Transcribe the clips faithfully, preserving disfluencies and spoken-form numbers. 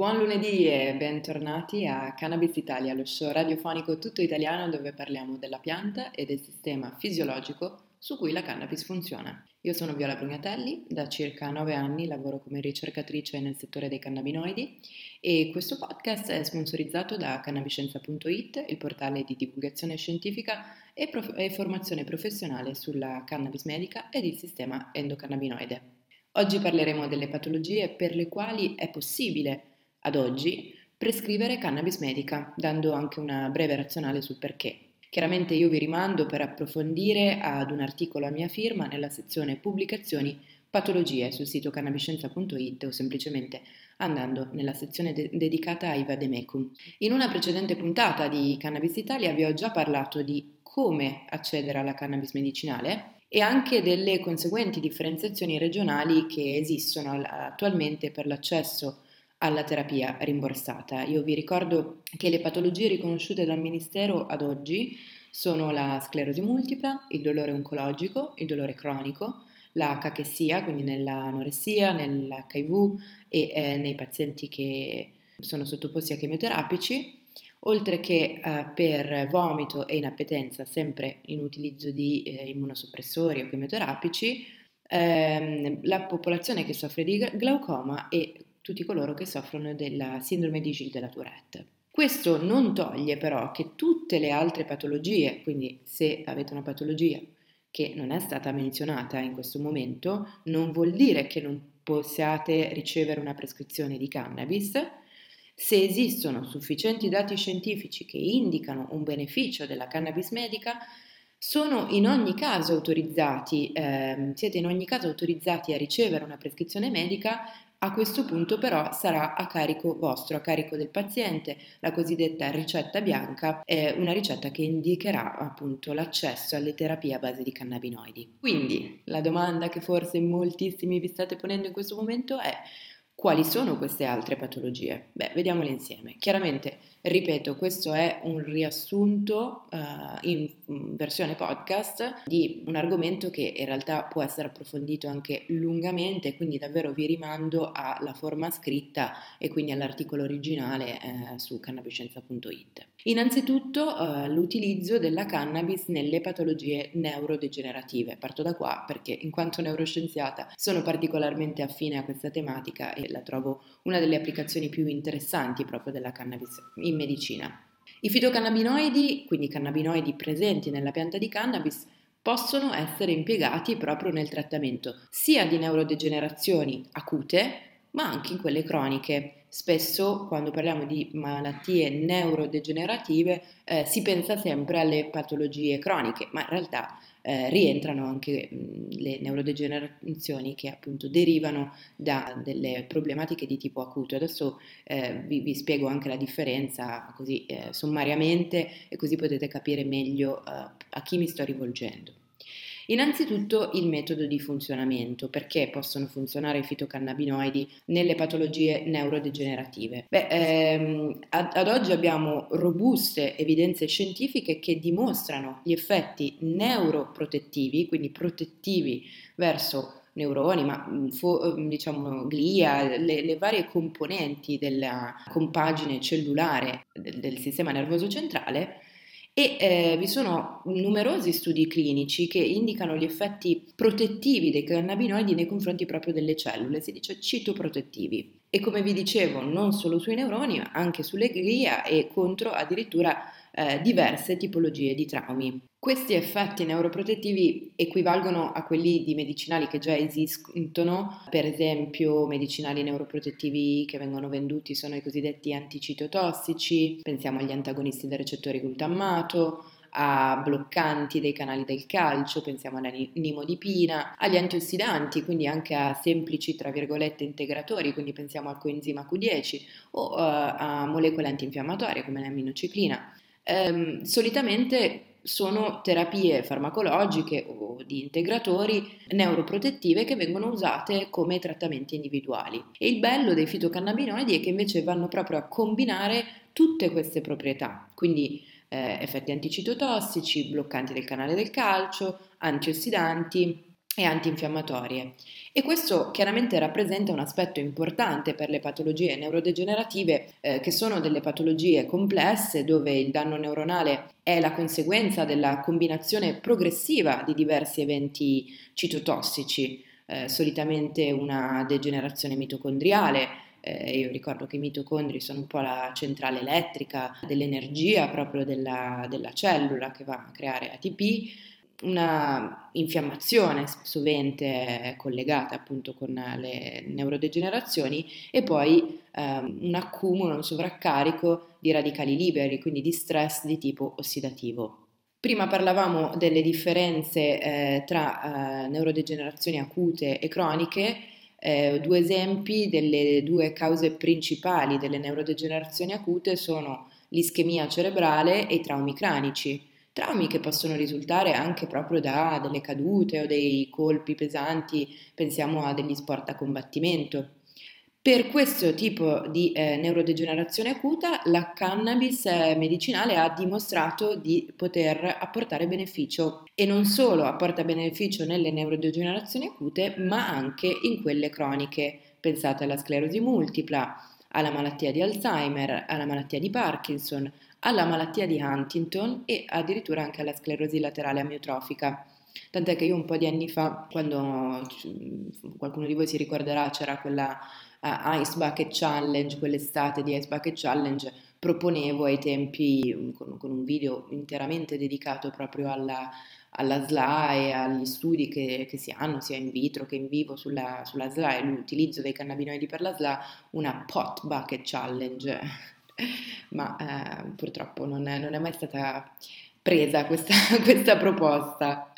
Buon lunedì e bentornati a Cannabis Italia, lo show radiofonico tutto italiano dove parliamo della pianta e del sistema fisiologico su cui la cannabis funziona. Io sono Viola Brugnatelli, da circa nove anni lavoro come ricercatrice nel settore dei cannabinoidi e questo podcast è sponsorizzato da cannabiscienza punto it, il portale di divulgazione scientifica e, prof- e formazione professionale sulla cannabis medica ed il sistema endocannabinoide. Oggi parleremo delle patologie per le quali è possibile ad oggi prescrivere cannabis medica, dando anche una breve razionale sul perché. Chiaramente io vi rimando per approfondire ad un articolo a mia firma nella sezione pubblicazioni patologie sul sito cannabiscienza punto it o semplicemente andando nella sezione de- dedicata ai vademecum. In una precedente puntata di Cannabis Italia vi ho già parlato di come accedere alla cannabis medicinale e anche delle conseguenti differenziazioni regionali che esistono attualmente per l'accesso alla terapia rimborsata. Io vi ricordo che le patologie riconosciute dal Ministero ad oggi sono la sclerosi multipla, il dolore oncologico, il dolore cronico, la cachessia, quindi nell'anoressia, nell'H I V e eh, nei pazienti che sono sottoposti a chemioterapici, oltre che eh, per vomito e inappetenza, sempre in utilizzo di eh, immunosoppressori o chemioterapici, ehm, la popolazione che soffre di glaucoma e tutti coloro che soffrono della sindrome di Gilles de la Tourette. Questo non toglie però che tutte le altre patologie, quindi se avete una patologia che non è stata menzionata in questo momento, non vuol dire che non possiate ricevere una prescrizione di cannabis. Se esistono sufficienti dati scientifici che indicano un beneficio della cannabis medica, sono in ogni caso autorizzati, ehm, siete in ogni caso autorizzati a ricevere una prescrizione medica. A questo punto però sarà a carico vostro, a carico del paziente, la cosiddetta ricetta bianca, è una ricetta che indicherà appunto l'accesso alle terapie a base di cannabinoidi. Quindi la domanda che forse moltissimi vi state ponendo in questo momento è: quali sono queste altre patologie? Beh, vediamole insieme. Chiaramente, ripeto, questo è un riassunto uh, in, in versione podcast di un argomento che in realtà può essere approfondito anche lungamente, quindi davvero vi rimando alla forma scritta e quindi all'articolo originale eh, su cannabiscienza punto it. Innanzitutto uh, l'utilizzo della cannabis nelle patologie neurodegenerative. Parto da qua perché in quanto neuroscienziata sono particolarmente affine a questa tematica e la trovo una delle applicazioni più interessanti proprio della cannabis in medicina. I fitocannabinoidi, quindi cannabinoidi presenti nella pianta di cannabis, possono essere impiegati proprio nel trattamento sia di neurodegenerazioni acute, ma anche in quelle croniche. Spesso quando parliamo di malattie neurodegenerative eh, si pensa sempre alle patologie croniche, ma in realtà eh, rientrano anche mh, le neurodegenerazioni che appunto derivano da delle problematiche di tipo acuto. Adesso eh, vi, vi spiego anche la differenza così eh, sommariamente e così potete capire meglio eh, a chi mi sto rivolgendo. Innanzitutto il metodo di funzionamento, perché possono funzionare i fitocannabinoidi nelle patologie neurodegenerative. Beh, ehm, ad, ad oggi abbiamo robuste evidenze scientifiche che dimostrano gli effetti neuroprotettivi, quindi protettivi verso neuroni, ma fo, diciamo glia, le, le varie componenti della compagine cellulare del, del sistema nervoso centrale. E eh, vi sono numerosi studi clinici che indicano gli effetti protettivi dei cannabinoidi nei confronti proprio delle cellule, si dice citoprotettivi. E come vi dicevo, non solo sui neuroni, ma anche sulle glia e contro addirittura eh, diverse tipologie di traumi. Questi effetti neuroprotettivi equivalgono a quelli di medicinali che già esistono, per esempio medicinali neuroprotettivi che vengono venduti sono i cosiddetti anticitotossici, pensiamo agli antagonisti del recettore glutammato, a bloccanti dei canali del calcio, pensiamo alla nimodipina, agli antiossidanti, quindi anche a semplici, tra virgolette, integratori, quindi pensiamo al coenzima Q dieci o uh, a molecole antinfiammatorie come l'aminociclina. Um, solitamente sono terapie farmacologiche o di integratori neuroprotettive che vengono usate come trattamenti individuali. E il bello dei fitocannabinoidi è che invece vanno proprio a combinare tutte queste proprietà, quindi eh, effetti anticitotossici, bloccanti del canale del calcio, antiossidanti e antinfiammatorie. E questo chiaramente rappresenta un aspetto importante per le patologie neurodegenerative, eh, che sono delle patologie complesse dove il danno neuronale è la conseguenza della combinazione progressiva di diversi eventi citotossici, eh, solitamente una degenerazione mitocondriale. Eh, io ricordo che i mitocondri sono un po' la centrale elettrica dell'energia proprio della, della cellula che va a creare A T P, una infiammazione sovente collegata appunto con le neurodegenerazioni e poi ehm, un accumulo, un sovraccarico di radicali liberi, quindi di stress di tipo ossidativo. Prima parlavamo delle differenze eh, tra eh, neurodegenerazioni acute e croniche. Eh, due esempi delle due cause principali delle neurodegenerazioni acute sono l'ischemia cerebrale e i traumi cranici. Traumi che possono risultare anche proprio da delle cadute o dei colpi pesanti, pensiamo a degli sport a combattimento. Per questo tipo di eh, neurodegenerazione acuta, la cannabis eh, medicinale ha dimostrato di poter apportare beneficio e non solo apporta beneficio nelle neurodegenerazioni acute, ma anche in quelle croniche. Pensate alla sclerosi multipla, alla malattia di Alzheimer, alla malattia di Parkinson, alla malattia di Huntington e addirittura anche alla sclerosi laterale amiotrofica. Tant'è che io un po' di anni fa, quando qualcuno di voi si ricorderà, c'era quella uh, Ice Bucket Challenge, quell'estate di Ice Bucket Challenge, proponevo ai tempi con, con un video interamente dedicato proprio alla, alla S L A e agli studi che, che si hanno sia in vitro che in vivo sulla, sulla S L A e l'utilizzo dei cannabinoidi per la S L A, una Pot Bucket Challenge. Ma eh, purtroppo non è, non è mai stata presa questa, questa proposta.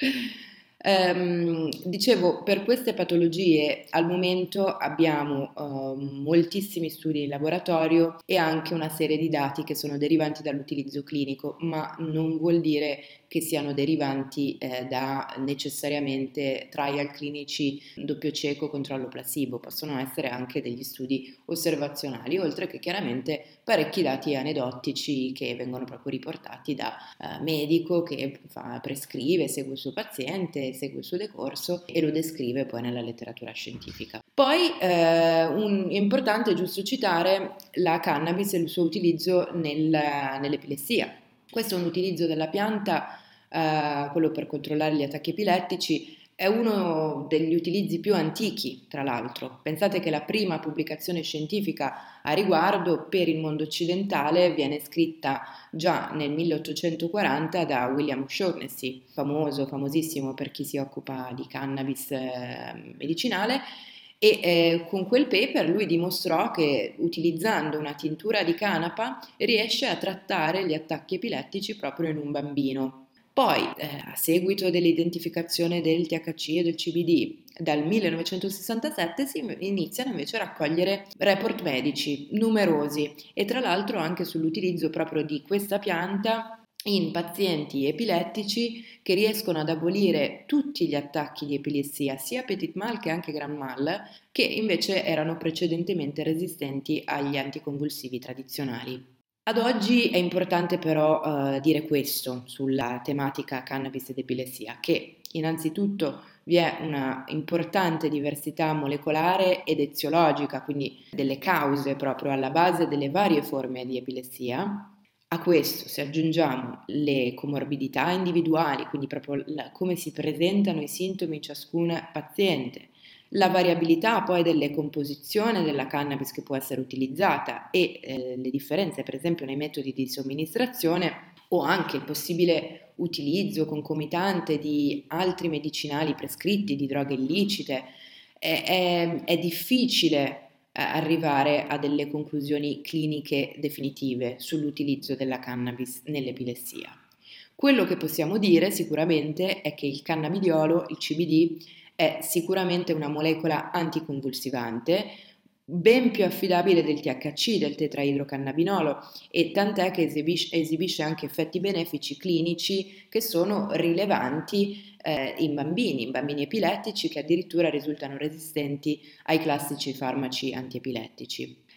Um, dicevo, per queste patologie al momento abbiamo uh, moltissimi studi in laboratorio e anche una serie di dati che sono derivanti dall'utilizzo clinico, ma non vuol dire che siano derivanti eh, da necessariamente trial clinici doppio cieco controllo placebo, possono essere anche degli studi osservazionali, oltre che chiaramente parecchi dati aneddotici che vengono proprio riportati da uh, medico che fa, prescrive, segue il suo paziente, segue il suo decorso e lo descrive poi nella letteratura scientifica. Poi eh, un, è importante giusto citare la cannabis e il suo utilizzo nel, nell'epilessia. Questo è un utilizzo della pianta, eh, quello per controllare gli attacchi epilettici, è uno degli utilizzi più antichi, tra l'altro. Pensate che la prima pubblicazione scientifica a riguardo per il mondo occidentale viene scritta già nel milleottocentoquaranta da William O'Shaughnessy, famoso, famosissimo per chi si occupa di cannabis eh, medicinale, e eh, con quel paper lui dimostrò che utilizzando una tintura di canapa riesce a trattare gli attacchi epilettici proprio in un bambino. Poi, eh, a seguito dell'identificazione del T H C e del C B D, dal millenovecentosessantasette si iniziano invece a raccogliere report medici numerosi e tra l'altro anche sull'utilizzo proprio di questa pianta in pazienti epilettici che riescono ad abolire tutti gli attacchi di epilessia, sia petit mal che anche grand mal, che invece erano precedentemente resistenti agli anticonvulsivi tradizionali. Ad oggi è importante però uh, dire questo sulla tematica cannabis ed epilessia, che innanzitutto vi è una importante diversità molecolare ed eziologica, quindi delle cause proprio alla base delle varie forme di epilessia. A questo se aggiungiamo le comorbidità individuali, quindi proprio la, come si presentano i sintomi in ciascun paziente, la variabilità poi delle composizioni della cannabis che può essere utilizzata e eh, le differenze per esempio nei metodi di somministrazione o anche il possibile utilizzo concomitante di altri medicinali prescritti, di droghe illicite, è, è, è difficile arrivare a delle conclusioni cliniche definitive sull'utilizzo della cannabis nell'epilessia. Quello che possiamo dire sicuramente è che il cannabidiolo, il C B D, è sicuramente una molecola anticonvulsivante, ben più affidabile del T H C, del tetraidrocannabinolo, e tant'è che esibisce, esibisce anche effetti benefici clinici che sono rilevanti eh, in bambini, in bambini epilettici che addirittura risultano resistenti ai classici farmaci antiepilettici.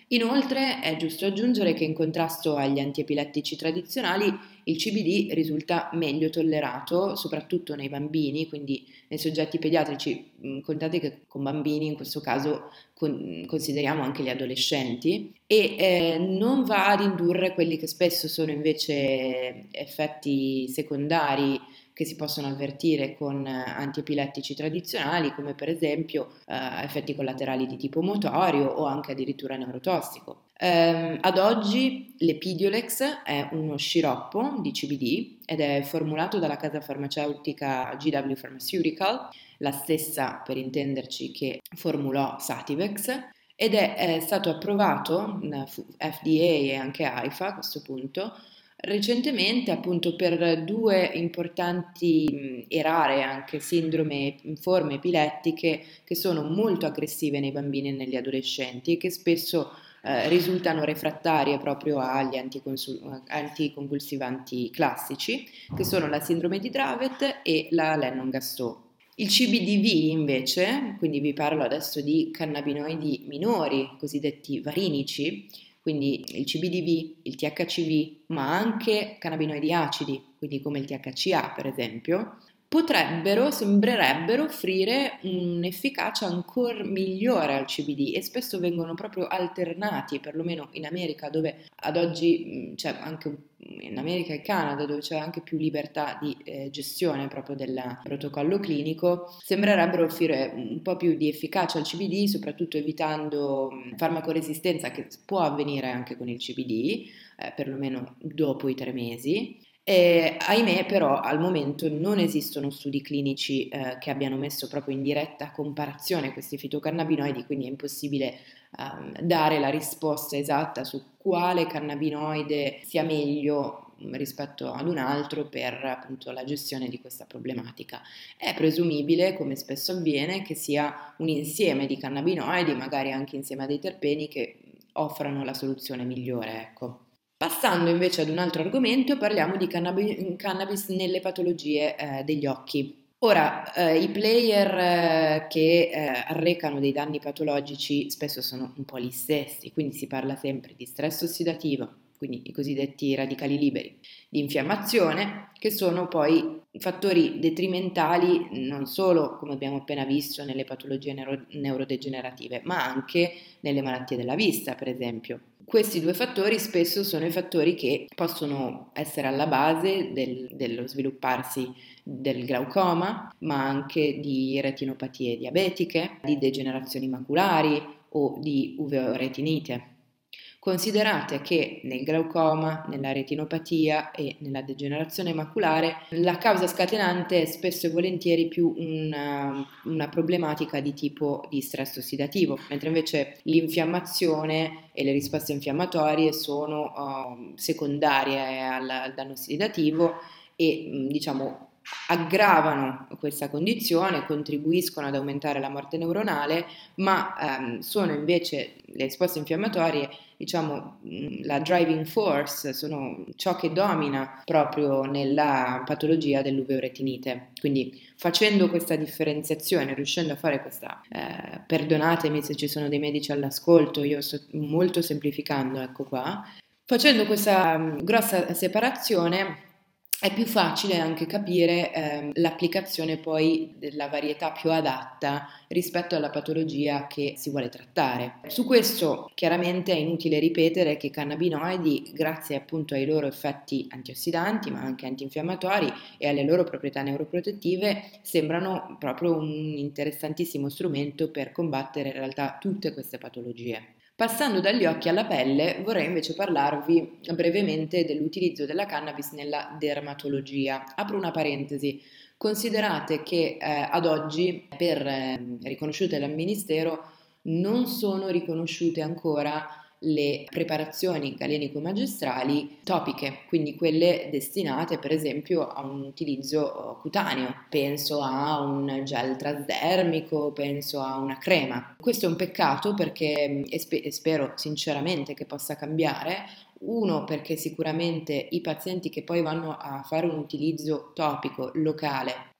Inoltre è giusto aggiungere che in contrasto agli antiepilettici tradizionali il C B D risulta meglio tollerato, soprattutto nei bambini, quindi nei soggetti pediatrici. Mh, Contate che con bambini in questo caso con- consideriamo anche gli adolescenti e eh, non va ad indurre quelli che spesso sono invece effetti secondari che si possono avvertire con eh, antiepilettici tradizionali, come per esempio eh, effetti collaterali di tipo motorio o anche addirittura neurotossico. Ehm, ad oggi l'Epidiolex è uno sciroppo di C B D ed è formulato dalla casa farmaceutica G W Pharmaceutical, la stessa per intenderci che formulò Sativex, ed è, è stato approvato da F D A e anche AIFA a questo punto recentemente appunto per due importanti mh, e rare anche sindrome, forme epilettiche che sono molto aggressive nei bambini e negli adolescenti e che spesso eh, risultano refrattarie proprio agli anticonsul- anticonvulsivanti classici, che sono la sindrome di Dravet e la Lennon-Gastaut. Il C B D V invece, quindi vi parlo adesso di cannabinoidi minori, cosiddetti varinici, quindi il C B D V, il T H C V, ma anche cannabinoidi acidi, quindi come il T H C A per esempio, potrebbero, sembrerebbero offrire un'efficacia ancora migliore al C B D e spesso vengono proprio alternati, perlomeno in America dove ad oggi c'è anche in America e Canada dove c'è anche più libertà di eh, gestione proprio del protocollo clinico, sembrerebbero offrire un po' più di efficacia al C B D, soprattutto evitando farmacoresistenza che può avvenire anche con il C B D, eh, perlomeno dopo i tre mesi. E, ahimè, però, al momento non esistono studi clinici eh, che abbiano messo proprio in diretta comparazione questi fitocannabinoidi, quindi è impossibile ehm, dare la risposta esatta su quale cannabinoide sia meglio rispetto ad un altro per appunto la gestione di questa problematica. È presumibile, come spesso avviene, che sia un insieme di cannabinoidi, magari anche insieme a dei terpeni, che offrano la soluzione migliore, ecco. Passando invece ad un altro argomento, parliamo di cannabi- cannabis nelle patologie eh, degli occhi. Ora, eh, i player eh, che eh, arrecano dei danni patologici spesso sono un po' gli stessi, quindi si parla sempre di stress ossidativo, quindi i cosiddetti radicali liberi, di infiammazione, che sono poi fattori detrimentali non solo, come abbiamo appena visto, nelle patologie neuro- neurodegenerative, ma anche nelle malattie della vista, per esempio. Questi due fattori spesso sono i fattori che possono essere alla base del- dello svilupparsi del glaucoma, ma anche di retinopatie diabetiche, di degenerazioni maculari o di uveoretinite. Considerate che nel glaucoma, nella retinopatia e nella degenerazione maculare la causa scatenante è spesso e volentieri più una, una problematica di tipo di stress ossidativo, mentre invece l'infiammazione e le risposte infiammatorie sono uh, secondarie al, al danno ossidativo e diciamo aggravano questa condizione, contribuiscono ad aumentare la morte neuronale, ma ehm, sono invece le risposte infiammatorie, diciamo, la driving force, sono ciò che domina proprio nella patologia dell'uveoretinite. Quindi facendo questa differenziazione, riuscendo a fare questa, eh, perdonatemi se ci sono dei medici all'ascolto, io sto molto semplificando, ecco qua, facendo questa um, grossa separazione è più facile anche capire ehm, l'applicazione poi della varietà più adatta rispetto alla patologia che si vuole trattare. Su questo chiaramente è inutile ripetere che i cannabinoidi, grazie appunto ai loro effetti antiossidanti ma anche antinfiammatori e alle loro proprietà neuroprotettive, sembrano proprio un interessantissimo strumento per combattere in realtà tutte queste patologie. Passando dagli occhi alla pelle, vorrei invece parlarvi brevemente dell'utilizzo della cannabis nella dermatologia. Apro una parentesi. Considerate che eh, ad oggi, per eh, riconosciute dal Ministero, non sono riconosciute ancora le preparazioni galenico-magistrali topiche, quindi quelle destinate per esempio a un utilizzo cutaneo, penso a un gel trasdermico, penso a una crema. Questo è un peccato perché e, spe- e spero sinceramente che possa cambiare. Uno, perché sicuramente i pazienti che poi vanno a fare un utilizzo topico locale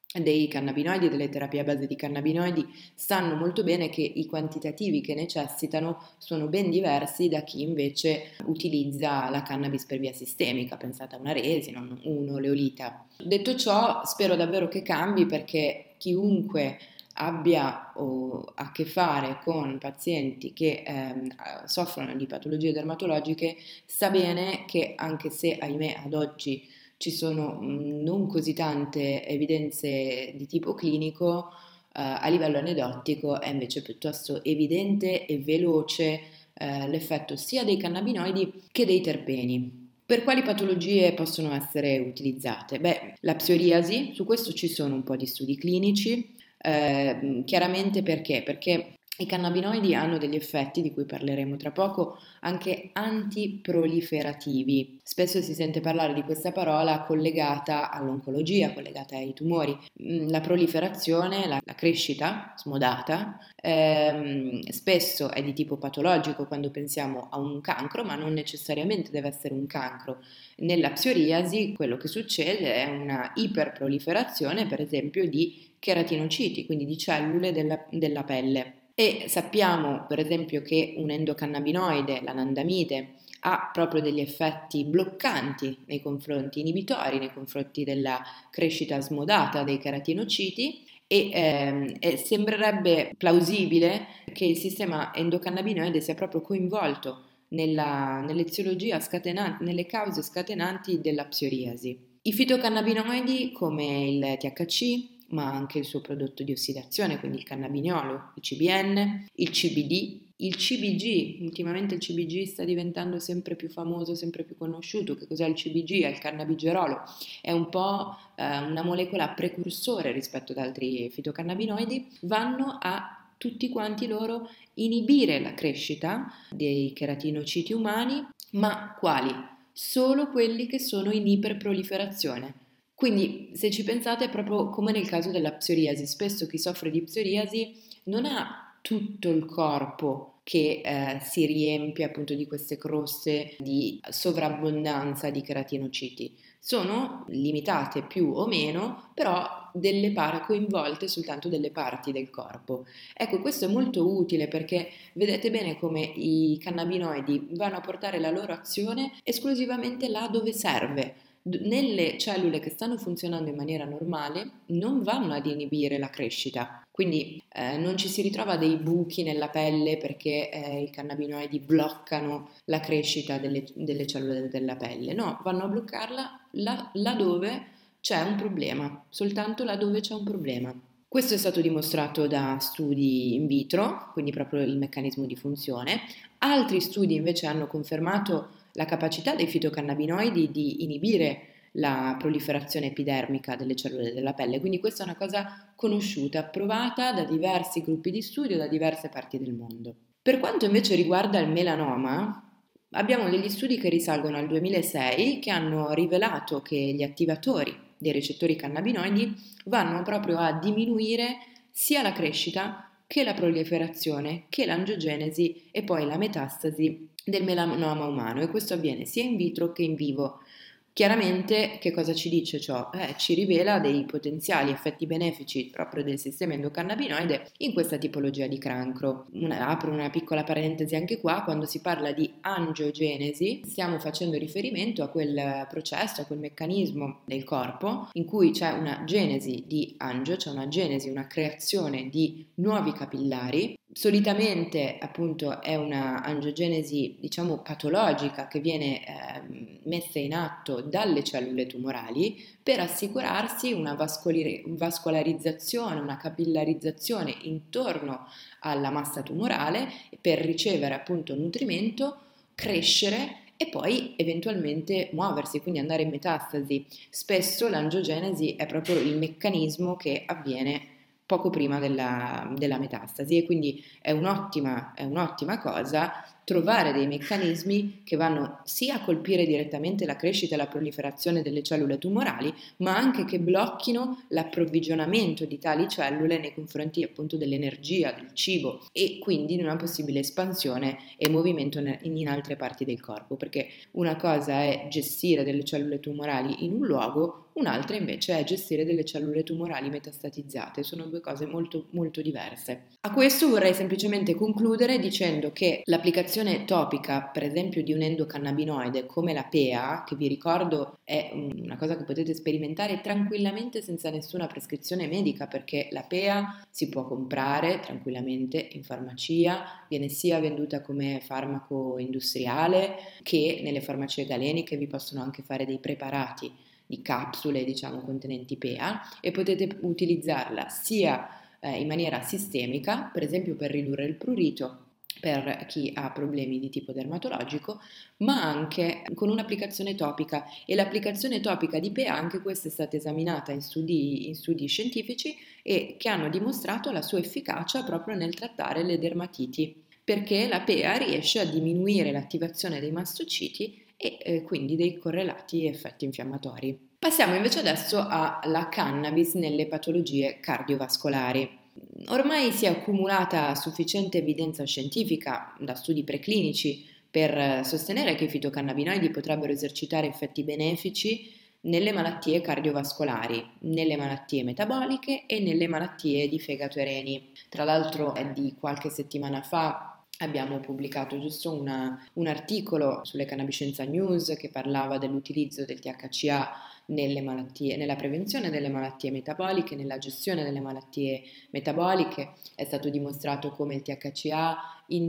dei cannabinoidi, delle terapie a base di cannabinoidi, sanno molto bene che i quantitativi che necessitano sono ben diversi da chi invece utilizza la cannabis per via sistemica, pensate a una resina, un oleolita. Detto ciò, spero davvero che cambi, perché chiunque abbia o a che fare con pazienti che ehm, soffrono di patologie dermatologiche sa bene che, anche se ahimè ad oggi ci sono mh, non così tante evidenze di tipo clinico, eh, a livello aneddotico è invece piuttosto evidente e veloce eh, l'effetto sia dei cannabinoidi che dei terpeni. Per quali patologie possono essere utilizzate? Beh, la psoriasi, su questo ci sono un po' di studi clinici, eh, chiaramente perché? Perché i cannabinoidi hanno degli effetti, di cui parleremo tra poco, anche antiproliferativi. Spesso si sente parlare di questa parola collegata all'oncologia, collegata ai tumori. La proliferazione, la, la crescita smodata, ehm, spesso è di tipo patologico quando pensiamo a un cancro, ma non necessariamente deve essere un cancro. Nella psoriasi quello che succede è una iperproliferazione, per esempio, di cheratinociti, quindi di cellule della, della pelle. E sappiamo per esempio che un endocannabinoide, l'anandamide, ha proprio degli effetti bloccanti nei confronti, inibitori nei confronti della crescita smodata dei cheratinociti, e, ehm, e sembrerebbe plausibile che il sistema endocannabinoide sia proprio coinvolto nella, nell'eziologia scatenante, nelle cause scatenanti della psoriasi. I fitocannabinoidi come il T H C, ma anche il suo prodotto di ossidazione, quindi il cannabiniolo, il C B N, il C B D, il C B G. Ultimamente il C B G sta diventando sempre più famoso, sempre più conosciuto. Che cos'è il C B G? È il cannabigerolo, è un po' eh, una molecola precursore rispetto ad altri fitocannabinoidi, vanno a tutti quanti loro inibire la crescita dei cheratinociti umani, ma quali? Solo quelli che sono in iperproliferazione. Quindi, se ci pensate, è proprio come nel caso della psoriasi. Spesso chi soffre di psoriasi non ha tutto il corpo che eh, si riempie appunto di queste croste di sovrabbondanza di cheratinociti. Sono limitate più o meno, però delle par- coinvolte soltanto delle parti del corpo. Ecco, questo è molto utile, perché vedete bene come i cannabinoidi vanno a portare la loro azione esclusivamente là dove serve. Nelle cellule che stanno funzionando in maniera normale non vanno ad inibire la crescita, quindi eh, non ci si ritrova dei buchi nella pelle perché eh, i cannabinoidi bloccano la crescita delle, delle cellule della pelle, no, vanno a bloccarla là, laddove c'è un problema, soltanto laddove c'è un problema. Questo è stato dimostrato da studi in vitro, quindi proprio il meccanismo di funzione. Altri studi invece hanno confermato la capacità dei fitocannabinoidi di inibire la proliferazione epidermica delle cellule della pelle, quindi questa è una cosa conosciuta, provata da diversi gruppi di studio da diverse parti del mondo. Per quanto invece riguarda il melanoma, abbiamo degli studi che risalgono al duemilasei che hanno rivelato che gli attivatori dei recettori cannabinoidi vanno proprio a diminuire sia la crescita che la proliferazione, che l'angiogenesi e poi la metastasi del melanoma umano, e questo avviene sia in vitro che in vivo. Chiaramente che cosa ci dice ciò? Eh, ci rivela dei potenziali effetti benefici proprio del sistema endocannabinoide in questa tipologia di cancro. Una, apro una piccola parentesi anche qua: quando si parla di angiogenesi stiamo facendo riferimento a quel processo, a quel meccanismo del corpo in cui c'è una genesi di angio, c'è una genesi, una creazione di nuovi capillari. Solitamente appunto è una angiogenesi diciamo patologica che viene eh, messa in atto dalle cellule tumorali per assicurarsi una vascolari- vascolarizzazione, una capillarizzazione intorno alla massa tumorale per ricevere appunto nutrimento, crescere e poi eventualmente muoversi, quindi andare in metastasi. Spesso l'angiogenesi è proprio il meccanismo che avviene poco prima della, della metastasi, e quindi è un'ottima, è un'ottima cosa trovare dei meccanismi che vanno sia a colpire direttamente la crescita e la proliferazione delle cellule tumorali, ma anche che blocchino l'approvvigionamento di tali cellule nei confronti appunto dell'energia, del cibo e quindi di una possibile espansione e movimento in altre parti del corpo, perché una cosa è gestire delle cellule tumorali in un luogo, un'altra invece è gestire delle cellule tumorali metastatizzate, sono due cose molto molto diverse. A questo vorrei semplicemente concludere dicendo che l'applicazione topica, per esempio di un endocannabinoide come la P E A, che vi ricordo è una cosa che potete sperimentare tranquillamente senza nessuna prescrizione medica, perché la P E A si può comprare tranquillamente in farmacia, viene sia venduta come farmaco industriale che nelle farmacie galeniche vi possono anche fare dei preparati di capsule, diciamo, contenenti P E A e potete utilizzarla sia eh, in maniera sistemica, per esempio per ridurre il prurito per chi ha problemi di tipo dermatologico, ma anche con un'applicazione topica e l'applicazione topica di P E A anche questa è stata esaminata in studi, in studi scientifici e che hanno dimostrato la sua efficacia proprio nel trattare le dermatiti, perché la P E A riesce a diminuire l'attivazione dei mastociti e eh, quindi dei correlati effetti infiammatori. Passiamo invece adesso alla cannabis nelle patologie cardiovascolari. Ormai si è accumulata sufficiente evidenza scientifica da studi preclinici per sostenere che i fitocannabinoidi potrebbero esercitare effetti benefici nelle malattie cardiovascolari, nelle malattie metaboliche e nelle malattie di fegato e reni. Tra l'altro è di qualche settimana fa abbiamo pubblicato giusto una, un articolo sulle Cannabiscienza News che parlava dell'utilizzo del T H C A nelle malattie, nella prevenzione delle malattie metaboliche, nella gestione delle malattie metaboliche. È stato dimostrato come il T H C A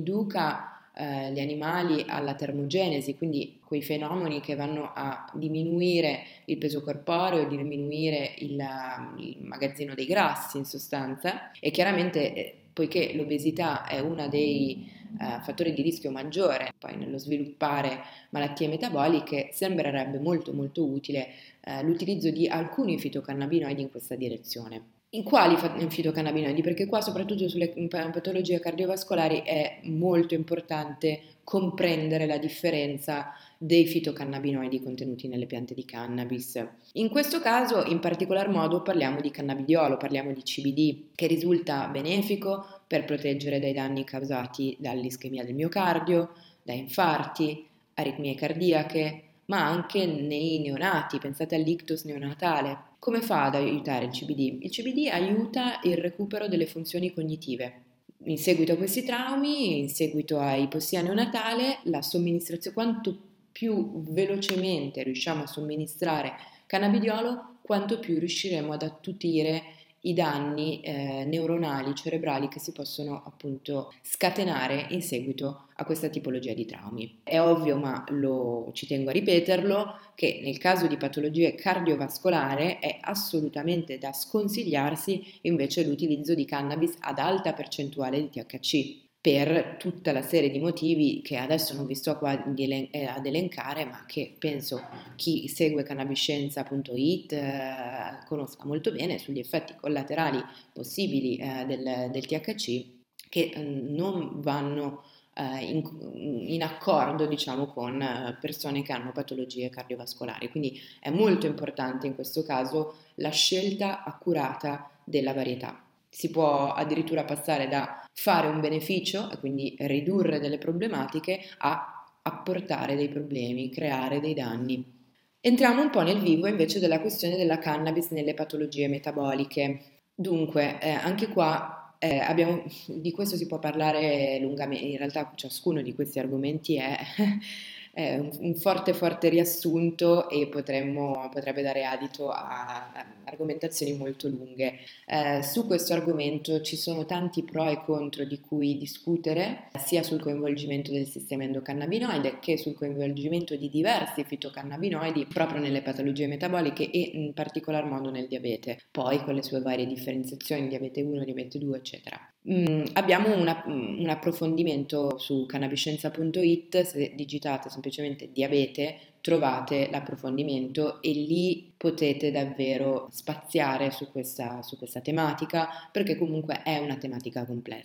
induca eh, gli animali alla termogenesi, quindi quei fenomeni che vanno a diminuire il peso corporeo, diminuire il, il magazzino dei grassi in sostanza e chiaramente eh, poiché l'obesità è uno dei eh, fattori di rischio maggiore poi nello sviluppare malattie metaboliche, sembrerebbe molto molto utile eh, l'utilizzo di alcuni fitocannabinoidi in questa direzione. In quali fitocannabinoidi? Perché qua soprattutto sulle patologie cardiovascolari è molto importante comprendere la differenza dei fitocannabinoidi contenuti nelle piante di cannabis. In questo caso, in particolar modo, parliamo di cannabidiolo, parliamo di C B D, che risulta benefico per proteggere dai danni causati dall'ischemia del miocardio, da infarti, aritmie cardiache, ma anche nei neonati, pensate all'ictus neonatale. Come fa ad aiutare il C B D? Il C B D aiuta il recupero delle funzioni cognitive. In seguito a questi traumi, in seguito all'ipossia neonatale, la somministrazione, quanto più velocemente riusciamo a somministrare cannabidiolo, quanto più riusciremo ad attutire i danni eh, neuronali, cerebrali che si possono appunto scatenare in seguito a questa tipologia di traumi. È ovvio, ma lo, ci tengo a ripeterlo, che nel caso di patologie cardiovascolari è assolutamente da sconsigliarsi invece l'utilizzo di cannabis ad alta percentuale di T H C. Per tutta la serie di motivi che adesso non vi sto qua ad elencare, ma che penso chi segue cannabiscienza punto it eh, conosca molto bene sugli effetti collaterali possibili eh, del, del T H C che eh, non vanno eh, in, in accordo, diciamo, con persone che hanno patologie cardiovascolari. Quindi è molto importante in questo caso la scelta accurata della varietà. Si può addirittura passare da fare un beneficio e quindi ridurre delle problematiche a apportare dei problemi, creare dei danni. Entriamo un po' nel vivo invece della questione della cannabis nelle patologie metaboliche. Dunque, eh, anche qua eh, abbiamo, di questo si può parlare lungamente, in realtà ciascuno di questi argomenti è è un, un forte forte riassunto e potremmo, potrebbe dare adito a, a argomentazioni molto lunghe. Eh, su questo argomento ci sono tanti pro e contro di cui discutere, sia sul coinvolgimento del sistema endocannabinoide che sul coinvolgimento di diversi fitocannabinoidi proprio nelle patologie metaboliche e in particolar modo nel diabete, poi con le sue varie differenziazioni, diabete uno, diabete due, eccetera. Mm, abbiamo una, un approfondimento su cannabiscienza punto it, se digitate semplicemente diabete trovate l'approfondimento e lì potete davvero spaziare su questa, su questa tematica perché comunque è una tematica complessa.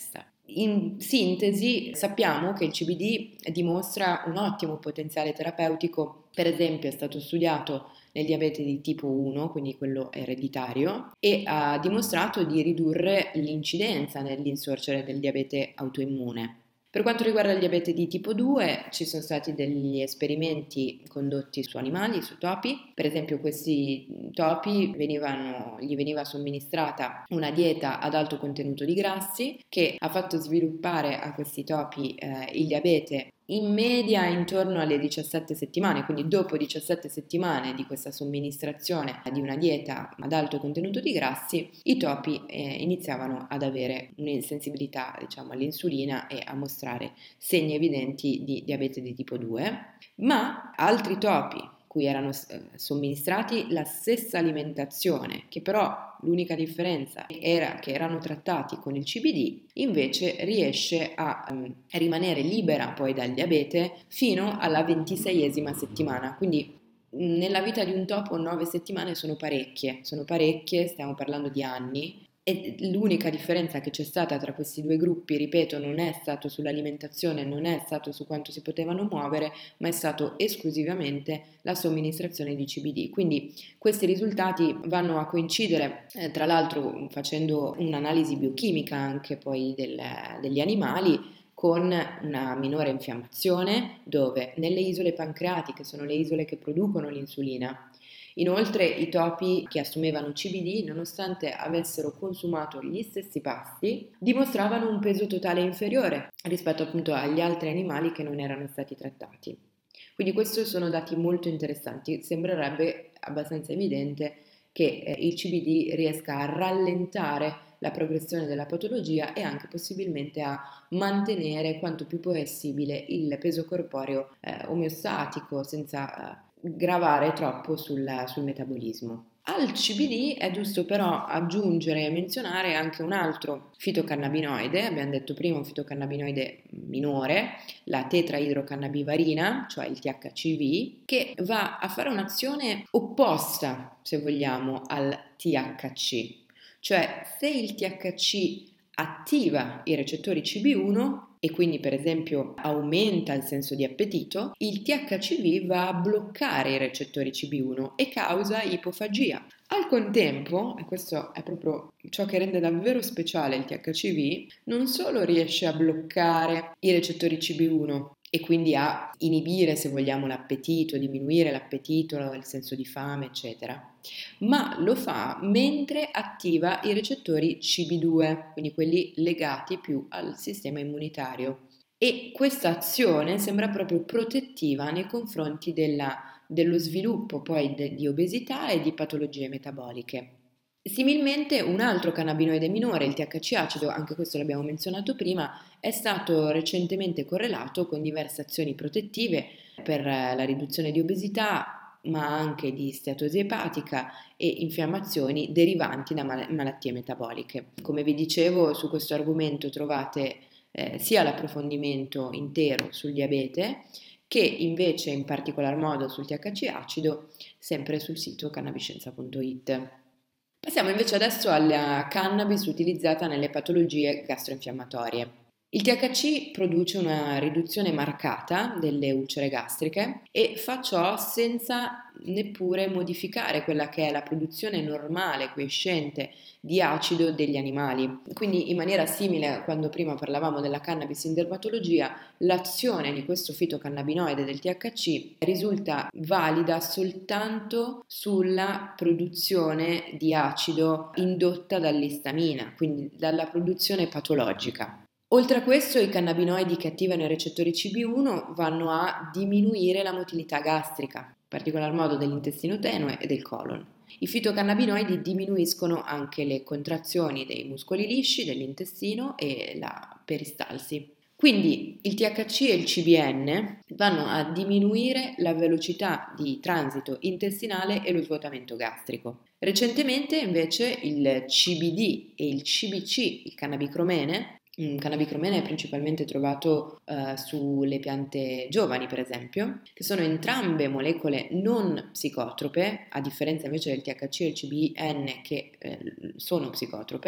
In sintesi, sappiamo che il C B D dimostra un ottimo potenziale terapeutico, per esempio è stato studiato nel diabete di tipo uno, quindi quello ereditario, e ha dimostrato di ridurre l'incidenza nell'insorgere del diabete autoimmune. Per quanto riguarda il diabete di tipo due, ci sono stati degli esperimenti condotti su animali, su topi. Per esempio, questi topi venivano, gli veniva somministrata una dieta ad alto contenuto di grassi che ha fatto sviluppare a questi topi eh, il diabete in media intorno alle diciassette settimane, quindi dopo diciassette settimane di questa somministrazione di una dieta ad alto contenuto di grassi, i topi eh, iniziavano ad avere un'insensibilità, diciamo, all'insulina e a mostrare segni evidenti di diabete di tipo due, ma altri topi cui erano somministrati la stessa alimentazione, che però l'unica differenza era che erano trattati con il C B D, invece riesce a um, rimanere libera poi dal diabete fino alla ventiseiesima settimana, quindi nella vita di un topo nove settimane sono parecchie, sono parecchie, stiamo parlando di anni. E l'unica differenza che c'è stata tra questi due gruppi, ripeto, non è stato sull'alimentazione, non è stato su quanto si potevano muovere, ma è stato esclusivamente la somministrazione di C B D. Quindi questi risultati vanno a coincidere, eh, tra l'altro facendo un'analisi biochimica anche poi del, degli animali, con una minore infiammazione, dove nelle isole pancreatiche, sono le isole che producono l'insulina. Inoltre i topi che assumevano C B D, nonostante avessero consumato gli stessi pasti, dimostravano un peso totale inferiore rispetto appunto agli altri animali che non erano stati trattati. Quindi questi sono dati molto interessanti, sembrerebbe abbastanza evidente che eh, il C B D riesca a rallentare la progressione della patologia e anche possibilmente a mantenere quanto più possibile il peso corporeo eh, omeostatico senza eh, gravare troppo sul, sul metabolismo. Al C B D è giusto però aggiungere e menzionare anche un altro fitocannabinoide, abbiamo detto prima un fitocannabinoide minore, la tetraidrocannabivarina, cioè il T H C V, che va a fare un'azione opposta, se vogliamo, al T H C. Cioè, se il T H C attiva i recettori C B uno e quindi per esempio aumenta il senso di appetito, il T H C V va a bloccare i recettori C B uno e causa ipofagia. Al contempo, e questo è proprio ciò che rende davvero speciale il T H C V, non solo riesce a bloccare i recettori C B uno e quindi a inibire, se vogliamo, l'appetito, diminuire l'appetito, il senso di fame, eccetera, ma lo fa mentre attiva i recettori C B due, quindi quelli legati più al sistema immunitario. E questa azione sembra proprio protettiva nei confronti della, dello sviluppo poi de, di obesità e di patologie metaboliche. Similmente un altro cannabinoide minore, il T H C acido, anche questo l'abbiamo menzionato prima, è stato recentemente correlato con diverse azioni protettive per la riduzione di obesità, ma anche di steatosi epatica e infiammazioni derivanti da mal- malattie metaboliche. Come vi dicevo, su questo argomento trovate eh, sia l'approfondimento intero sul diabete, che invece in particolar modo sul T H C acido, sempre sul sito cannabiscienza punto it. Passiamo invece adesso alla cannabis utilizzata nelle patologie gastroinfiammatorie. Il T H C produce una riduzione marcata delle ulcere gastriche e fa ciò senza neppure modificare quella che è la produzione normale, quiescente di acido degli animali. Quindi in maniera simile a quando prima parlavamo della cannabis in dermatologia, l'azione di questo fitocannabinoide del T H C risulta valida soltanto sulla produzione di acido indotta dall'istamina, quindi dalla produzione patologica. Oltre a questo, i cannabinoidi che attivano i recettori C B uno vanno a diminuire la motilità gastrica, in particolar modo dell'intestino tenue e del colon. I fitocannabinoidi diminuiscono anche le contrazioni dei muscoli lisci dell'intestino e la peristalsi. Quindi il T H C e il C B N vanno a diminuire la velocità di transito intestinale e lo svuotamento gastrico. Recentemente invece il C B D e il C B C, il cannabicromene, il cannabicromene è principalmente trovato uh, sulle piante giovani, per esempio, che sono entrambe molecole non psicotrope, a differenza invece del T H C e del C B N che eh, sono psicotrope.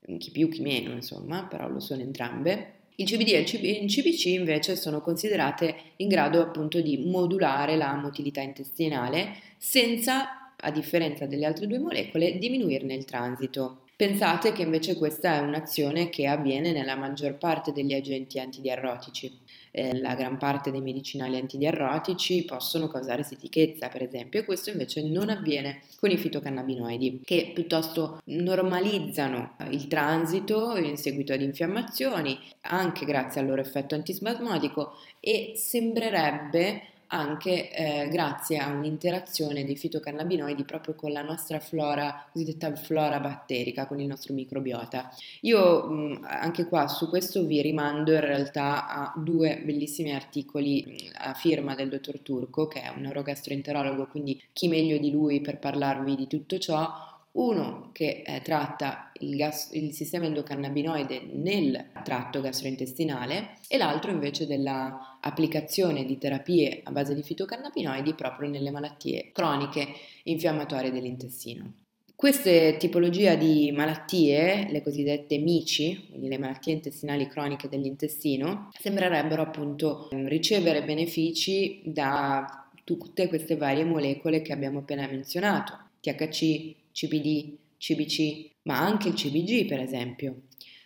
chi più chi meno insomma, però lo sono entrambe. Il C B D e il C B C invece sono considerate in grado appunto di modulare la motilità intestinale senza, a differenza delle altre due molecole, diminuirne il transito. Pensate che invece questa è un'azione che avviene nella maggior parte degli agenti antidiarrotici. Eh, la gran parte dei medicinali antidiarrotici possono causare stitichezza, per esempio, e questo invece non avviene con i fitocannabinoidi, che piuttosto normalizzano il transito in seguito ad infiammazioni, anche grazie al loro effetto antispasmodico, e sembrerebbe anche eh, grazie a un'interazione dei fitocannabinoidi proprio con la nostra flora, cosiddetta flora batterica, con il nostro microbiota. Io mh, anche qua su questo vi rimando in realtà a due bellissimi articoli mh, a firma del dottor Turco, che è un neurogastroenterologo, quindi chi meglio di lui per parlarvi di tutto ciò. Uno che eh, tratta il, gas, il sistema endocannabinoide nel tratto gastrointestinale e l'altro invece della applicazione di terapie a base di fitocannabinoidi proprio nelle malattie croniche infiammatorie dell'intestino. Queste tipologie di malattie, le cosiddette M I C I, quindi le malattie intestinali croniche dell'intestino, sembrerebbero appunto ricevere benefici da tutte queste varie molecole che abbiamo appena menzionato, T H C, C B D, C B C, ma anche il C B G per esempio.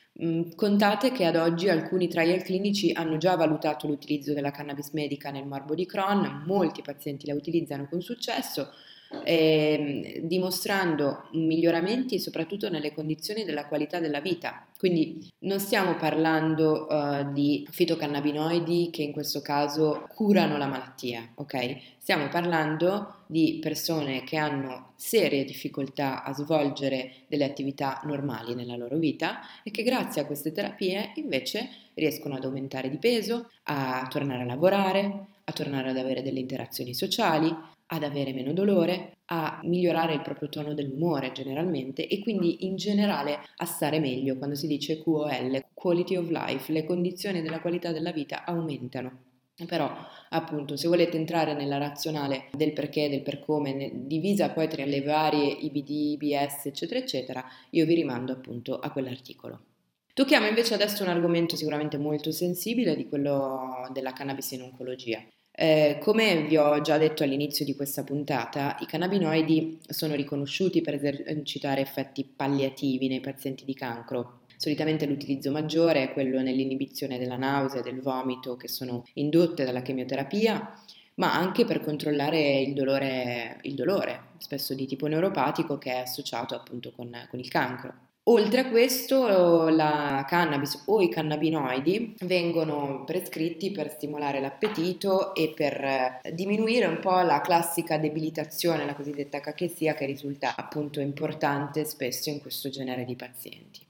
Contate che ad oggi alcuni trial clinici hanno già valutato l'utilizzo della cannabis medica nel morbo di Crohn, molti pazienti la utilizzano con successo, eh, dimostrando miglioramenti soprattutto nelle condizioni della qualità della vita. Quindi non stiamo parlando uh, di fitocannabinoidi che in questo caso curano la malattia, ok? Stiamo parlando di persone che hanno serie difficoltà a svolgere delle attività normali nella loro vita e che grazie a queste terapie invece riescono ad aumentare di peso, a tornare a lavorare, a tornare ad avere delle interazioni sociali, ad avere meno dolore, a migliorare il proprio tono dell'umore generalmente e quindi in generale a stare meglio. Quando si dice Q O L, quality of life, le condizioni della qualità della vita aumentano. Però appunto se volete entrare nella razionale del perché, del per come, divisa poi tra le varie I B D, I B S eccetera eccetera, io vi rimando appunto a quell'articolo. Tocchiamo invece adesso un argomento sicuramente molto sensibile, di quello della cannabis in oncologia. Eh, come vi ho già detto all'inizio di questa puntata, i cannabinoidi sono riconosciuti per esercitare effetti palliativi nei pazienti di cancro. Solitamente l'utilizzo maggiore è quello nell'inibizione della nausea e del vomito che sono indotte dalla chemioterapia, ma anche per controllare il dolore, il dolore spesso di tipo neuropatico che è associato appunto con, con il cancro. Oltre a questo, la cannabis o i cannabinoidi vengono prescritti per stimolare l'appetito e per diminuire un po' la classica debilitazione, la cosiddetta cachessia, che risulta appunto importante spesso in questo genere di pazienti.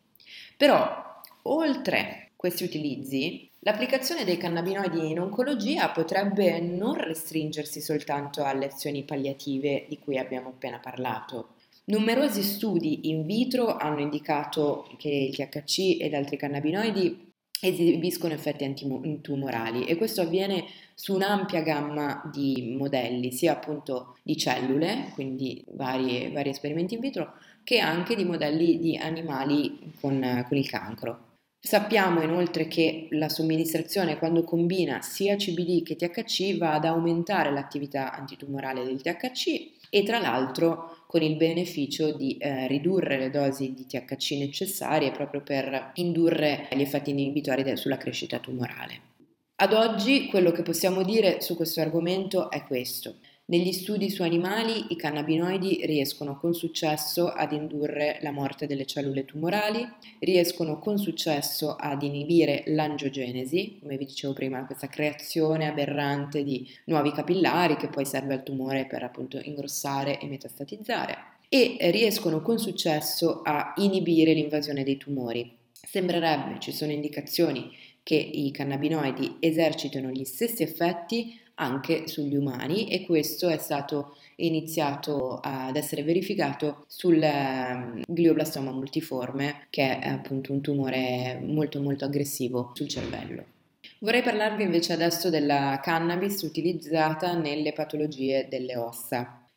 Però, oltre questi utilizzi, l'applicazione dei cannabinoidi in oncologia potrebbe non restringersi soltanto alle azioni palliative di cui abbiamo appena parlato. Numerosi studi in vitro hanno indicato che il T H C ed altri cannabinoidi esibiscono effetti antitumorali e questo avviene su un'ampia gamma di modelli, sia appunto di cellule, quindi vari, vari esperimenti in vitro, che anche di modelli di animali con, con il cancro. Sappiamo inoltre che la somministrazione, quando combina sia C B D che T H C, va ad aumentare l'attività antitumorale del T H C e tra l'altro con il beneficio di eh, ridurre le dosi di T H C necessarie proprio per indurre gli effetti inibitori de- sulla crescita tumorale. Ad oggi quello che possiamo dire su questo argomento è questo. Negli studi su animali i cannabinoidi riescono con successo ad indurre la morte delle cellule tumorali, riescono con successo ad inibire l'angiogenesi, come vi dicevo prima, questa creazione aberrante di nuovi capillari che poi serve al tumore per appunto ingrossare e metastatizzare, e riescono con successo a inibire l'invasione dei tumori. Sembrerebbe, ci sono indicazioni che i cannabinoidi esercitano gli stessi effetti anche sugli umani e questo è stato iniziato ad essere verificato sul um, glioblastoma multiforme, che è appunto un tumore molto molto aggressivo sul cervello. Vorrei parlarvi invece adesso della cannabis utilizzata nelle patologie delle ossa.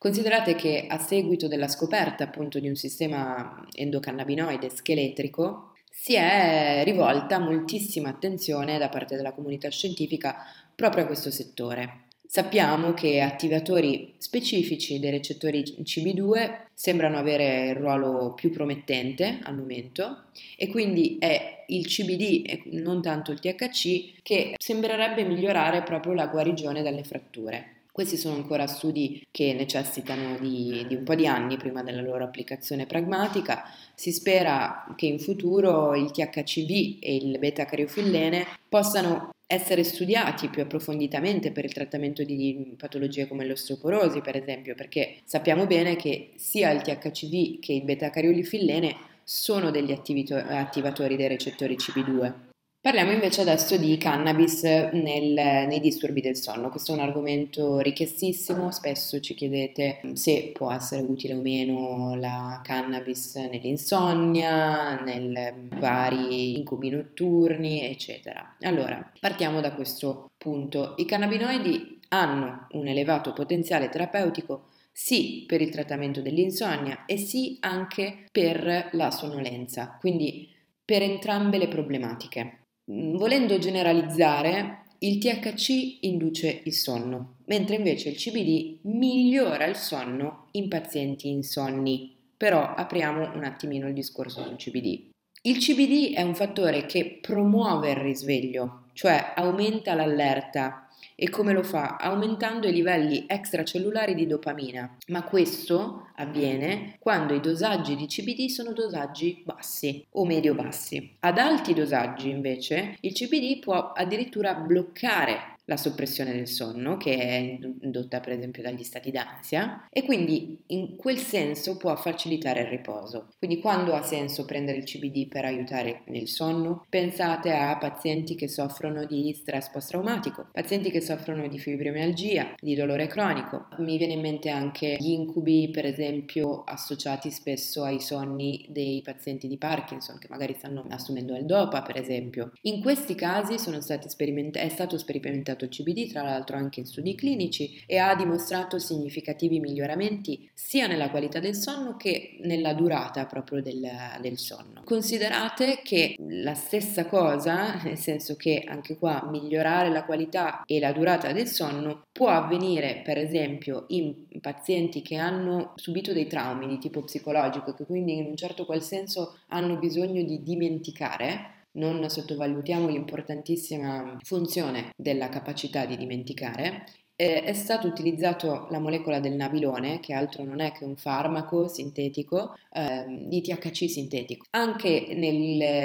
Considerate che a seguito della scoperta appunto di un sistema endocannabinoide scheletrico si è rivolta moltissima attenzione da parte della comunità scientifica proprio a questo settore. Sappiamo che attivatori specifici dei recettori C B due sembrano avere il ruolo più promettente al momento e quindi è il C B D e non tanto il T H C che sembrerebbe migliorare proprio la guarigione dalle fratture. Questi sono ancora studi che necessitano di, di un po' di anni prima della loro applicazione pragmatica. Si spera che in futuro il T H C V e il beta-cariofillene possano essere studiati più approfonditamente per il trattamento di patologie come l'osteoporosi, per esempio, perché sappiamo bene che sia il T H C V che il beta-cariofillene sono degli attivito- attivatori dei recettori C B due. Parliamo invece adesso di cannabis nel, nei disturbi del sonno. Questo è un argomento richiestissimo, spesso ci chiedete se può essere utile o meno la cannabis nell'insonnia, nei vari incubi notturni, eccetera. Allora, partiamo da questo punto. I cannabinoidi hanno un elevato potenziale terapeutico sì per il trattamento dell'insonnia e sì anche per la sonnolenza, quindi per entrambe le problematiche. Volendo generalizzare, il T H C induce il sonno, mentre invece il C B D migliora il sonno in pazienti insonni. Però apriamo un attimino il discorso sul C B D. Il C B D è un fattore che promuove il risveglio, cioè aumenta l'allerta. E come lo fa? Aumentando i livelli extracellulari di dopamina, ma questo avviene quando i dosaggi di C B D sono dosaggi bassi o medio-bassi. Ad alti dosaggi invece il C B D può addirittura bloccare la soppressione del sonno, che è indotta per esempio dagli stati d'ansia, e quindi in quel senso può facilitare il riposo. Quindi quando ha senso prendere il C B D per aiutare nel sonno? Pensate a pazienti che soffrono di stress post-traumatico, pazienti che soffrono di fibromialgia, di dolore cronico. Mi viene in mente anche gli incubi, per esempio, associati spesso ai sonni dei pazienti di Parkinson, che magari stanno assumendo L-Dopa, per esempio. In questi casi sono stati speriment- è stato sperimentato il C B D, tra l'altro anche in studi clinici, e ha dimostrato significativi miglioramenti sia nella qualità del sonno che nella durata proprio del, del sonno. Considerate che la stessa cosa, nel senso che anche qua migliorare la qualità e la durata del sonno può avvenire per esempio in pazienti che hanno subito dei traumi di tipo psicologico, che quindi in un certo qual senso hanno bisogno di dimenticare. Non sottovalutiamo l'importantissima funzione della capacità di dimenticare. Eh, è stato utilizzato la molecola del nabilone, che altro non è che un farmaco sintetico eh, di T H C sintetico. Anche, nel,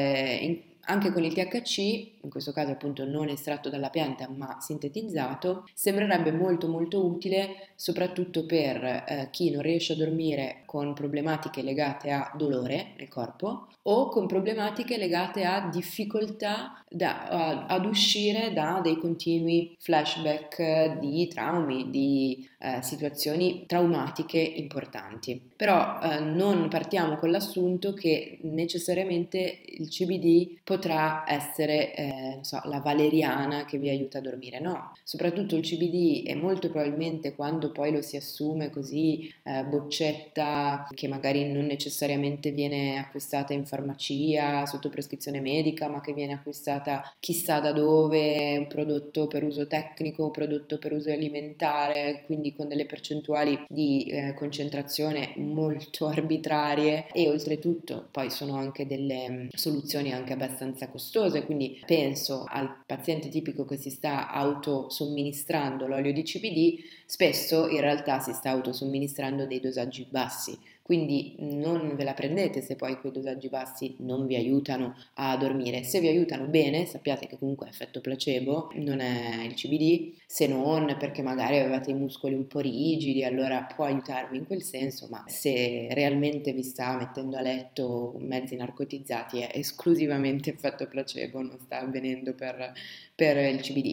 in, anche con il T H C, in questo caso appunto non estratto dalla pianta ma sintetizzato, sembrerebbe molto molto utile soprattutto per eh, chi non riesce a dormire con problematiche legate a dolore nel corpo o con problematiche legate a difficoltà da, a, ad uscire da dei continui flashback di traumi, di eh, situazioni traumatiche importanti. Però eh, non partiamo con l'assunto che necessariamente il C B D potrà essere eh, non so, la valeriana che vi aiuta a dormire, no, soprattutto il C B D e molto probabilmente quando poi lo si assume così eh, boccetta che magari non necessariamente viene acquistata in farmacia sotto prescrizione medica ma che viene acquistata chissà da dove, un prodotto per uso tecnico, un prodotto per uso alimentare, quindi con delle percentuali di eh, concentrazione molto arbitrarie e oltretutto poi sono anche delle mh, soluzioni anche abbastanza costose, quindi penso al paziente tipico che si sta autosomministrando l'olio di C B D, spesso in realtà si sta autosomministrando dei dosaggi bassi. Quindi non ve la prendete se poi quei dosaggi bassi non vi aiutano a dormire. Se vi aiutano bene, sappiate che comunque è effetto placebo, non è il C B D, se non perché magari avevate i muscoli un po' rigidi, allora può aiutarvi in quel senso, ma se realmente vi sta mettendo a letto mezzi narcotizzati è esclusivamente effetto placebo, non sta avvenendo per, per il C B D.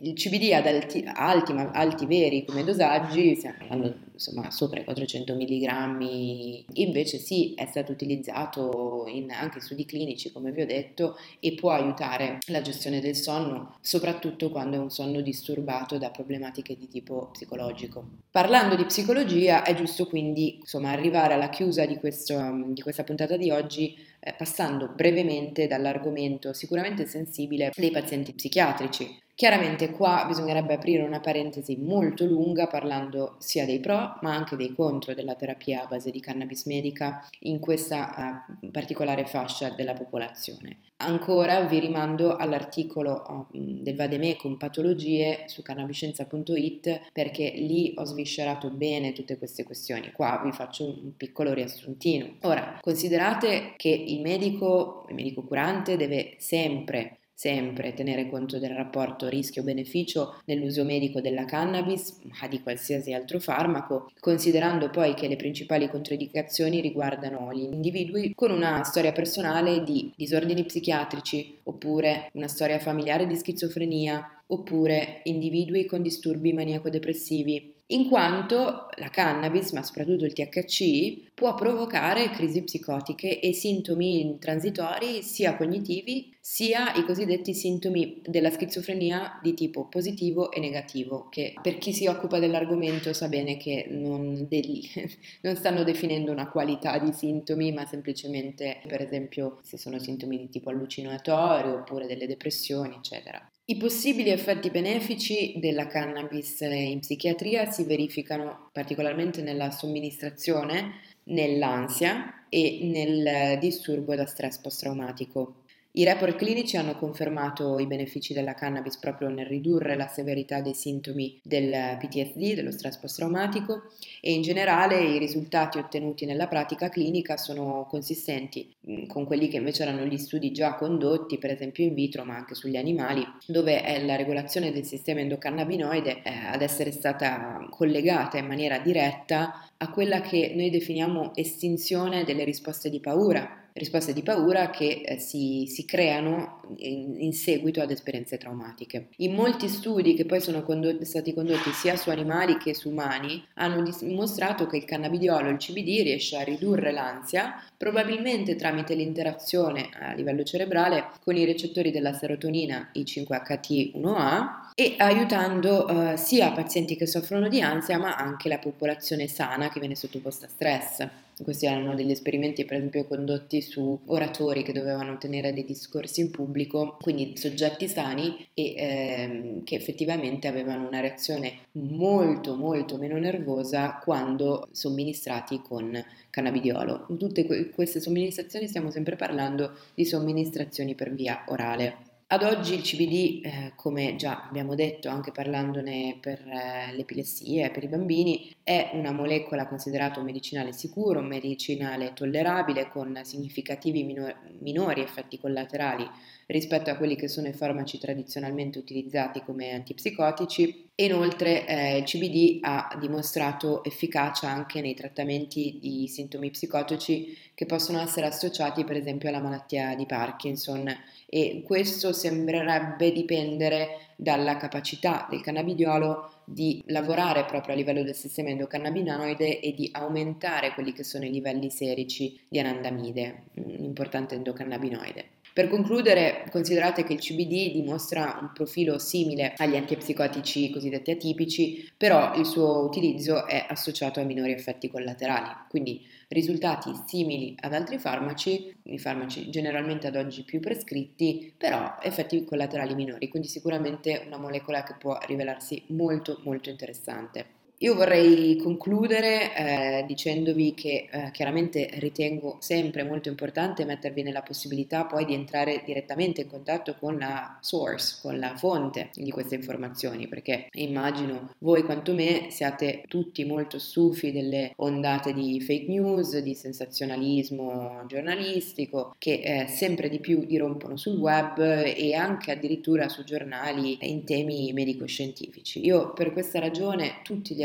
Il C B D ad alti, alti, ma alti veri come dosaggi, stiamo parlando insomma sopra i quattrocento milligrammi, invece sì, è stato utilizzato in, anche in studi clinici come vi ho detto e può aiutare la gestione del sonno, soprattutto quando è un sonno disturbato da problematiche di tipo psicologico. Parlando di psicologia è giusto quindi insomma arrivare alla chiusa di, questo, di questa puntata di oggi eh, passando brevemente dall'argomento sicuramente sensibile dei pazienti psichiatrici. Chiaramente qua bisognerebbe aprire una parentesi molto lunga parlando sia dei pro ma anche dei contro della terapia a base di cannabis medica in questa uh, particolare fascia della popolazione. Ancora vi rimando all'articolo uh, del Vademecum Patologie su cannabiscienza punto it perché lì ho sviscerato bene tutte queste questioni. Qua vi faccio un piccolo riassuntino. Ora, considerate che il medico, il medico curante deve sempre sempre tenere conto del rapporto rischio-beneficio nell'uso medico della cannabis, ma di qualsiasi altro farmaco, considerando poi che le principali controindicazioni riguardano gli individui con una storia personale di disordini psichiatrici, oppure una storia familiare di schizofrenia, oppure individui con disturbi maniaco-depressivi, in quanto la cannabis, ma soprattutto il T H C, può provocare crisi psicotiche e sintomi transitori sia cognitivi sia i cosiddetti sintomi della schizofrenia di tipo positivo e negativo, che per chi si occupa dell'argomento sa bene che non, degli, non stanno definendo una qualità di sintomi, ma semplicemente per esempio se sono sintomi di tipo allucinatorio oppure delle depressioni, eccetera. I possibili effetti benefici della cannabis in psichiatria si verificano particolarmente nella somministrazione, nell'ansia e nel disturbo da stress post-traumatico. I report clinici hanno confermato i benefici della cannabis proprio nel ridurre la severità dei sintomi del P T S D, dello stress post-traumatico, e in generale i risultati ottenuti nella pratica clinica sono consistenti con quelli che invece erano gli studi già condotti, per esempio in vitro, ma anche sugli animali, dove è la regolazione del sistema endocannabinoide eh, ad essere stata collegata in maniera diretta a quella che noi definiamo estinzione delle risposte di paura. Risposte di paura che eh, si, si creano in, in seguito ad esperienze traumatiche. In molti studi che poi sono condotti, stati condotti sia su animali che su umani hanno dimostrato che il cannabidiolo, il C B D, riesce a ridurre l'ansia, probabilmente tramite l'interazione a livello cerebrale con i recettori della serotonina I cinque H T uno A e aiutando eh, sia pazienti che soffrono di ansia ma anche la popolazione sana che viene sottoposta a stress. Questi erano degli esperimenti per esempio condotti su oratori che dovevano tenere dei discorsi in pubblico, quindi soggetti sani e ehm, che effettivamente avevano una reazione molto molto meno nervosa quando somministrati con cannabidiolo. In tutte que- queste somministrazioni stiamo sempre parlando di somministrazioni per via orale. Ad oggi il C B D, eh, come già abbiamo detto anche parlandone per eh, l'epilessia e per i bambini, è una molecola considerata un medicinale sicuro, un medicinale tollerabile con significativi minor- minori effetti collaterali rispetto a quelli che sono i farmaci tradizionalmente utilizzati come antipsicotici e inoltre eh, il C B D ha dimostrato efficacia anche nei trattamenti di sintomi psicotici che possono essere associati per esempio alla malattia di Parkinson e questo sembrerebbe dipendere dalla capacità del cannabidiolo di lavorare proprio a livello del sistema endocannabinoide e di aumentare quelli che sono i livelli serici di anandamide, un importante endocannabinoide. Per concludere, considerate che il C B D dimostra un profilo simile agli antipsicotici cosiddetti atipici, però il suo utilizzo è associato a minori effetti collaterali, quindi risultati simili ad altri farmaci, i farmaci generalmente ad oggi più prescritti, però effetti collaterali minori, quindi sicuramente una molecola che può rivelarsi molto molto interessante. Io vorrei concludere eh, dicendovi che eh, chiaramente ritengo sempre molto importante mettervi nella possibilità poi di entrare direttamente in contatto con la source, con la fonte di queste informazioni, perché immagino voi quanto me siate tutti molto stufi delle ondate di fake news, di sensazionalismo giornalistico che eh, sempre di più irrompono sul web e anche addirittura su giornali in temi medico-scientifici. Io per questa ragione tutti gli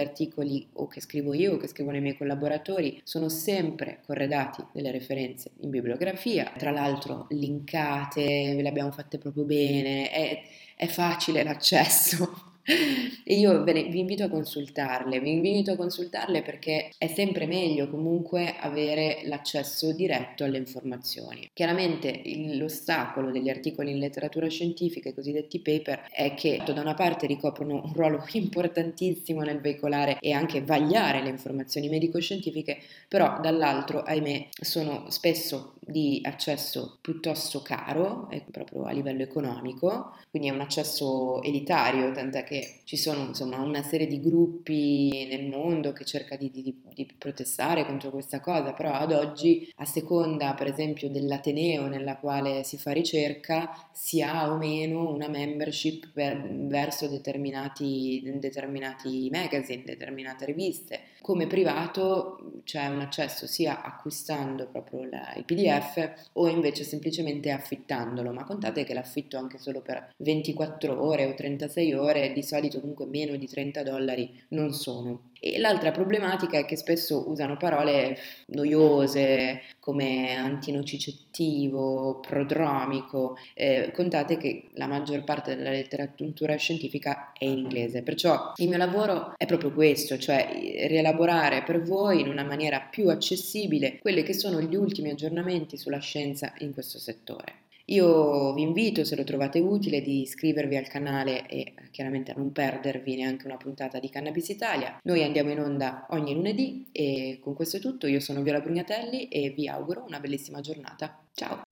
articoli o che scrivo io o che scrivono i miei collaboratori sono sempre corredati delle referenze in bibliografia, tra l'altro linkate, ve le abbiamo fatte proprio bene, è, è facile l'accesso. E io ve ne, vi invito a consultarle, vi invito a consultarle perché è sempre meglio comunque avere l'accesso diretto alle informazioni. Chiaramente il, l'ostacolo degli articoli in letteratura scientifica, i cosiddetti paper, è che da una parte ricoprono un ruolo importantissimo nel veicolare e anche vagliare le informazioni medico-scientifiche, però dall'altro, ahimè, sono spesso di accesso piuttosto caro, eh, proprio a livello economico, quindi è un accesso elitario, tant'è che ci sono insomma una serie di gruppi nel mondo che cerca di, di, di protestare contro questa cosa, però ad oggi, a seconda per esempio dell'ateneo nella quale si fa ricerca, si ha o meno una membership per, verso determinati, determinati magazine, determinate riviste. Come privato c'è un accesso sia acquistando proprio la, il P D F o invece semplicemente affittandolo, ma contate che l'affitto anche solo per ventiquattro ore o trentasei ore di solito comunque meno di trenta dollari non sono. E l'altra problematica è che spesso usano parole noiose come antinocicettivo, prodromico, eh, contate che la maggior parte della letteratura scientifica è in inglese, perciò il mio lavoro è proprio questo, cioè rielaborare per voi in una maniera più accessibile quelli che sono gli ultimi aggiornamenti sulla scienza in questo settore. Io vi invito, se lo trovate utile, di iscrivervi al canale e chiaramente a non perdervi neanche una puntata di Cannabis Italia. Noi andiamo in onda ogni lunedì e con questo è tutto. Io sono Viola Brugnatelli e vi auguro una bellissima giornata. Ciao!